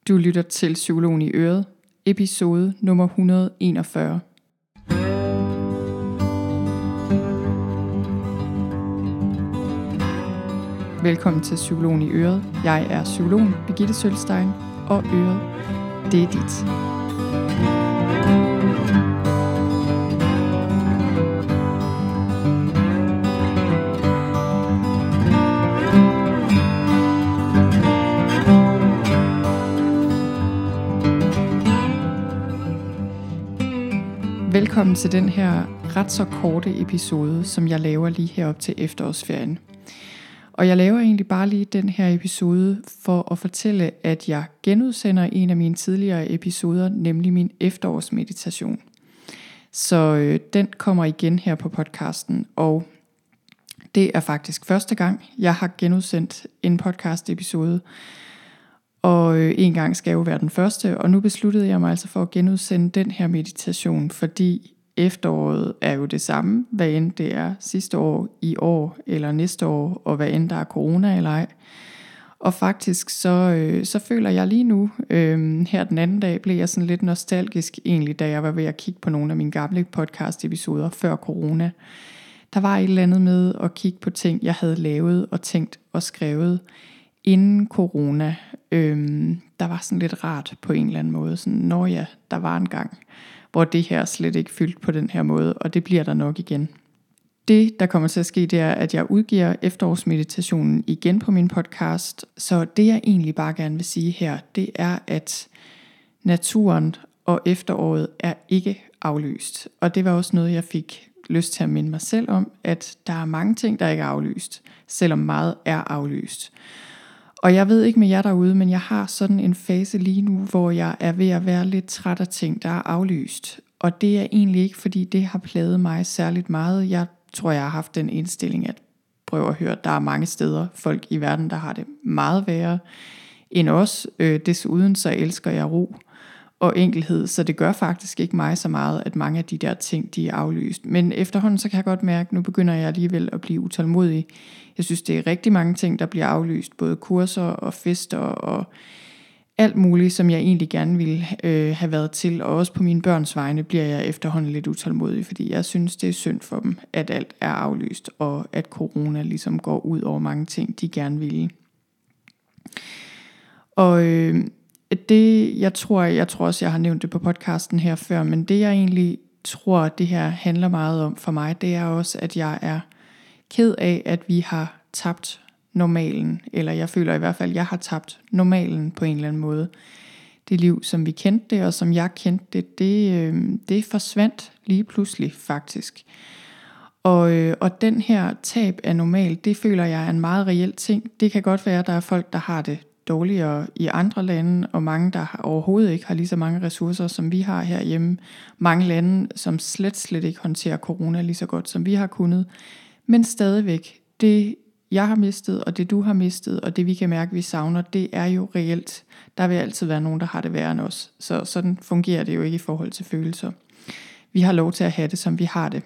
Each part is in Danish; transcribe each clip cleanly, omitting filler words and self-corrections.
Du lytter til Psykologen i Øret, episode nummer 141. Velkommen til Psykologen i Øret. Jeg er psykologen Birgitte Sølstein, og Øret, det er dit. Velkommen til den her ret så korte episode, som jeg laver lige herop til efterårsferien. Og jeg laver egentlig bare lige den her episode for at fortælle, at jeg genudsender en af mine tidligere episoder, nemlig min efterårsmeditation. Så den kommer igen her på podcasten, og det er faktisk første gang, jeg har genudsendt en podcast episode. Og en gang skal jo være den første, og nu besluttede jeg mig altså for at genudsende den her meditation, fordi efteråret er jo det samme, hvad end det er sidste år, i år eller næste år, og hvad end der er corona eller ej. Og faktisk så føler jeg lige nu, her den anden dag, blev jeg sådan lidt nostalgisk egentlig, da jeg var ved at kigge på nogle af mine gamle podcast episoder før corona. Der var et eller andet med at kigge på ting, jeg havde lavet og tænkt og skrevet inden corona. Der var sådan lidt rart på en eller anden måde. Sådan, når ja, der var en gang, hvor det her slet ikke fyldt på den her måde, og det bliver der nok igen. Det, der kommer til at ske, det er, at jeg udgiver efterårsmeditationen igen på min podcast. Så det, jeg egentlig bare gerne vil sige her, det er, at naturen og efteråret er ikke aflyst. Og det var også noget, jeg fik lyst til at minde mig selv om, at der er mange ting, der ikke er aflyst, selvom meget er aflyst. Og jeg ved ikke med jer derude, men jeg har sådan en fase lige nu, hvor jeg er ved at være lidt træt af ting, der er aflyst. Og det er egentlig ikke, fordi det har plaget mig særligt meget. Jeg tror, jeg har haft den indstilling, at prøv at høre, der er mange steder, folk i verden, der har det meget værre end os. Desuden så elsker jeg ro og enkelhed, så det gør faktisk ikke mig så meget, at mange af de der ting, de er aflyst. Men efterhånden, så kan jeg godt mærke, at nu begynder jeg alligevel at blive utålmodig. Jeg synes, det er rigtig mange ting, der bliver aflyst, både kurser og fester og alt muligt, som jeg egentlig gerne ville have været til. Og også på mine børns vegne bliver jeg efterhånden lidt utålmodig, fordi jeg synes, det er synd for dem, at alt er aflyst, og at corona ligesom går ud over mange ting, de gerne ville. Og det, jeg tror også, jeg har nævnt det på podcasten her før, men det jeg egentlig tror, det her handler meget om for mig, det er også, at jeg er ked af, at vi har tabt normalen, eller jeg føler i hvert fald, at jeg har tabt normalen på en eller anden måde. Det liv, som vi kendte det, og som jeg kendte det forsvandt lige pludselig faktisk. Og den her tab af normal, det føler jeg er en meget reel ting. Det kan godt være, at der er folk, der har det dårligere i andre lande, og mange, der overhovedet ikke har lige så mange ressourcer, som vi har herhjemme. Mange lande, som slet ikke håndterer corona lige så godt, som vi har kunnet. Men stadigvæk, det jeg har mistet, og det du har mistet, og det vi kan mærke, vi savner, det er jo reelt. Der vil altid være nogen, der har det værre end os. Så sådan fungerer det jo ikke i forhold til følelser. Vi har lov til at have det, som vi har det.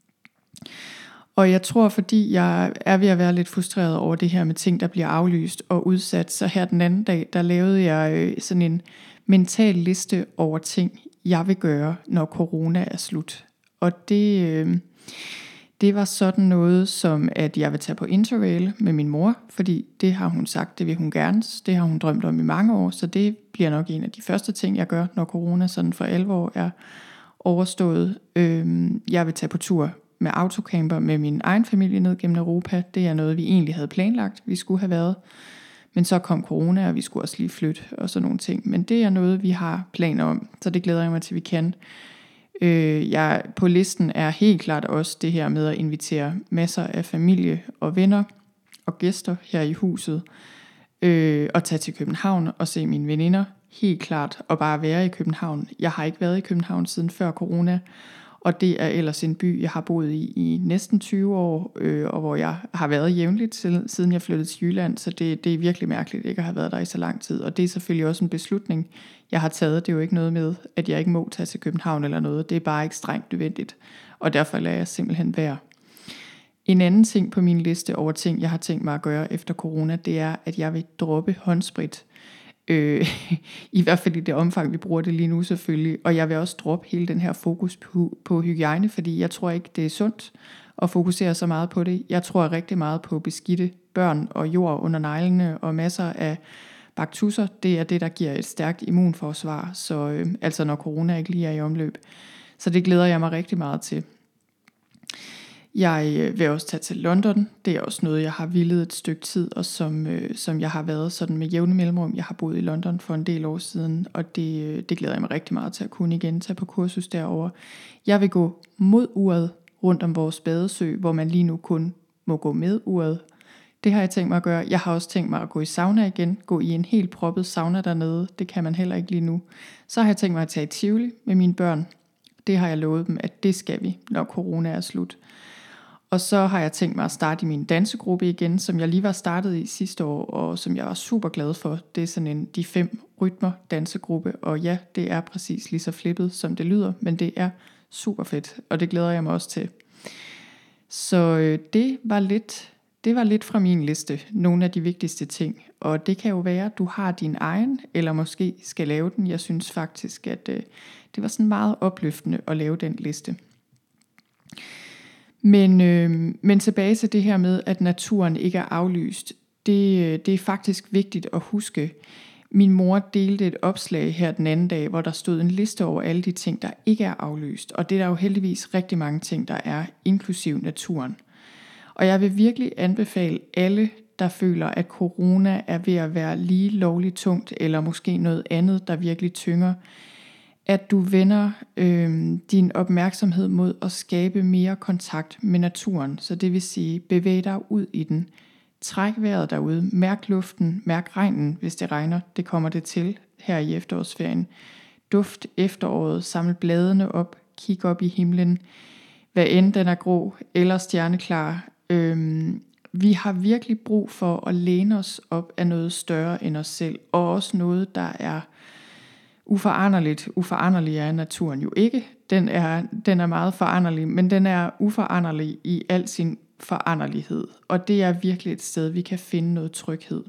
Og jeg tror, fordi jeg er ved at være lidt frustreret over det her med ting, der bliver aflyst og udsat, så her den anden dag, der lavede jeg sådan en mental liste over ting, jeg vil gøre, når corona er slut. Og det var sådan noget som, at jeg vil tage på interrail med min mor, fordi det har hun sagt, det vil hun gerne. Det har hun drømt om i mange år, så det bliver nok en af de første ting, jeg gør, når corona sådan for alvor er overstået. Jeg vil tage på tur med autocamper med min egen familie ned gennem Europa. Det er noget, vi egentlig havde planlagt, vi skulle have været. Men så kom corona, og vi skulle også lige flytte og sådan nogle ting. Men det er noget, vi har planer om, så det glæder jeg mig til, vi kan. Jeg på listen er helt klart også det her med at invitere masser af familie og venner og gæster her i huset. Og tage til København og se mine veninder. Helt klart, og bare være i København. Jeg har ikke været i København siden før corona. Og det er ellers en by, jeg har boet i næsten 20 år, og hvor jeg har været jævnligt, siden jeg flyttede til Jylland. Så det er virkelig mærkeligt ikke at have været der i så lang tid. Og det er selvfølgelig også en beslutning, jeg har taget. Det er jo ikke noget med, at jeg ikke må tage til København eller noget. Det er bare ikke strengt nødvendigt. Og derfor lader jeg simpelthen være. En anden ting på min liste over ting, jeg har tænkt mig at gøre efter corona, det er, at jeg vil droppe håndsprit. I hvert fald i det omfang, vi bruger det lige nu selvfølgelig. Og jeg vil også droppe hele den her fokus på hygiejne, fordi jeg tror ikke, det er sundt at fokusere så meget på det. Jeg tror rigtig meget på beskidte børn og jord under neglene og masser af baktusser. Det er det, der giver et stærkt immunforsvar, så altså når corona ikke lige er i omløb. Så det glæder jeg mig rigtig meget til. Jeg vil også tage til London. Det er også noget, jeg har villet et stykke tid, og som jeg har været sådan med jævne mellemrum. Jeg har boet i London for en del år siden, og det glæder jeg mig rigtig meget til at kunne igen tage på kursus derovre. Jeg vil gå mod uret rundt om vores badesø, hvor man lige nu kun må gå med uret. Det har jeg tænkt mig at gøre. Jeg har også tænkt mig at gå i sauna igen. Gå i en helt proppet sauna dernede. Det kan man heller ikke lige nu. Så har jeg tænkt mig at tage i Tivoli med mine børn. Det har jeg lovet dem, at det skal vi, når corona er slut. Og så har jeg tænkt mig at starte i min dansegruppe igen, som jeg lige var startet i sidste år, og som jeg var super glad for. Det er sådan en de 5 rytmer dansegruppe, og ja, det er præcis lige så flippet, som det lyder, men det er super fedt, og det glæder jeg mig også til. Så det var lidt fra min liste, nogle af de vigtigste ting. Og det kan jo være, at du har din egen, eller måske skal lave den. Jeg synes faktisk, at det var sådan meget opløftende at lave den liste. Men tilbage til det her med, at naturen ikke er aflyst. Det er faktisk vigtigt at huske. Min mor delte et opslag her den anden dag, hvor der stod en liste over alle de ting, der ikke er aflyst. Og det er der jo heldigvis rigtig mange ting, der er, inklusiv naturen. Og jeg vil virkelig anbefale alle, der føler, at corona er ved at være lige lovligt tungt, eller måske noget andet, der virkelig tynger, at du vender din opmærksomhed mod at skabe mere kontakt med naturen. Så det vil sige, bevæg dig ud i den. Træk vejret derude. Mærk luften. Mærk regnen, hvis det regner. Det kommer det til her i efterårsferien. Duft efteråret. Samle bladene op. Kig op i himlen. Hvad end den er grå eller stjerneklar. Vi har virkelig brug for at læne os op af noget større end os selv. Og også noget, der er uforanderligt. Uforanderlig er naturen jo ikke. Den er meget foranderlig, men den er uforanderlig i al sin foranderlighed. Og det er virkelig et sted, vi kan finde noget tryghed.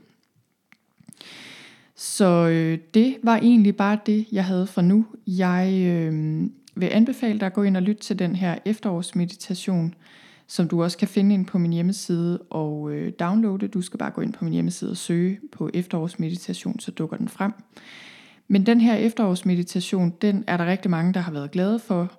Så det var egentlig bare det, jeg havde for nu. Jeg vil anbefale dig at gå ind og lytte til den her efterårsmeditation, som du også kan finde ind på min hjemmeside og downloade. Du skal bare gå ind på min hjemmeside og søge på efterårsmeditation, så dukker den frem. Men den her efterårsmeditation, den er der rigtig mange, der har været glade for.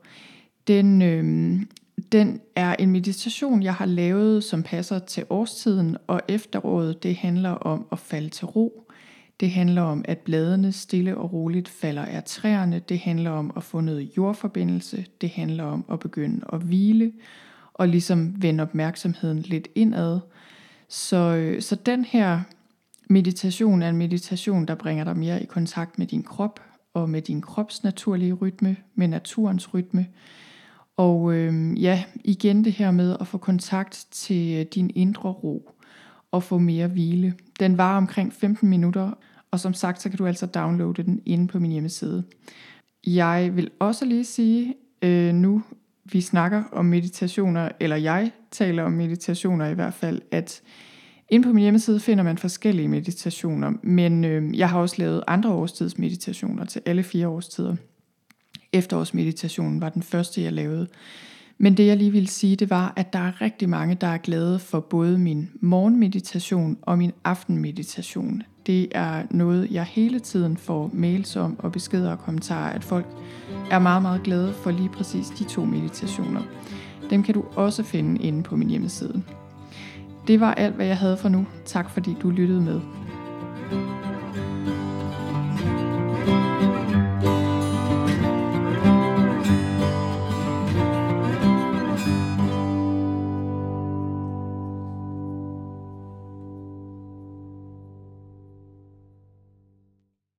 Den er en meditation, jeg har lavet, som passer til årstiden, og efteråret, det handler om at falde til ro. Det handler om, at bladene stille og roligt falder af træerne. Det handler om at få noget jordforbindelse. Det handler om at begynde at hvile og ligesom vende opmærksomheden lidt indad. Så den her meditation er en meditation, der bringer dig mere i kontakt med din krop og med din krops naturlige rytme, med naturens rytme. Og igen det her med at få kontakt til din indre ro og få mere hvile. Den varer omkring 15 minutter, og som sagt, så kan du altså downloade den inde på min hjemmeside. Jeg vil også lige sige, nu vi snakker om meditationer, eller jeg taler om meditationer i hvert fald, at inde på min hjemmeside finder man forskellige meditationer, men jeg har også lavet andre årstidsmeditationer til alle 4 årstider. Efterårsmeditationen var den første, jeg lavede. Men det jeg lige ville sige, det var, at der er rigtig mange, der er glade for både min morgenmeditation og min aftenmeditation. Det er noget, jeg hele tiden får mails om og beskeder og kommentarer, at folk er meget, meget glade for lige præcis de 2 meditationer. Dem kan du også finde inde på min hjemmeside. Det var alt, hvad jeg havde for nu. Tak fordi du lyttede med.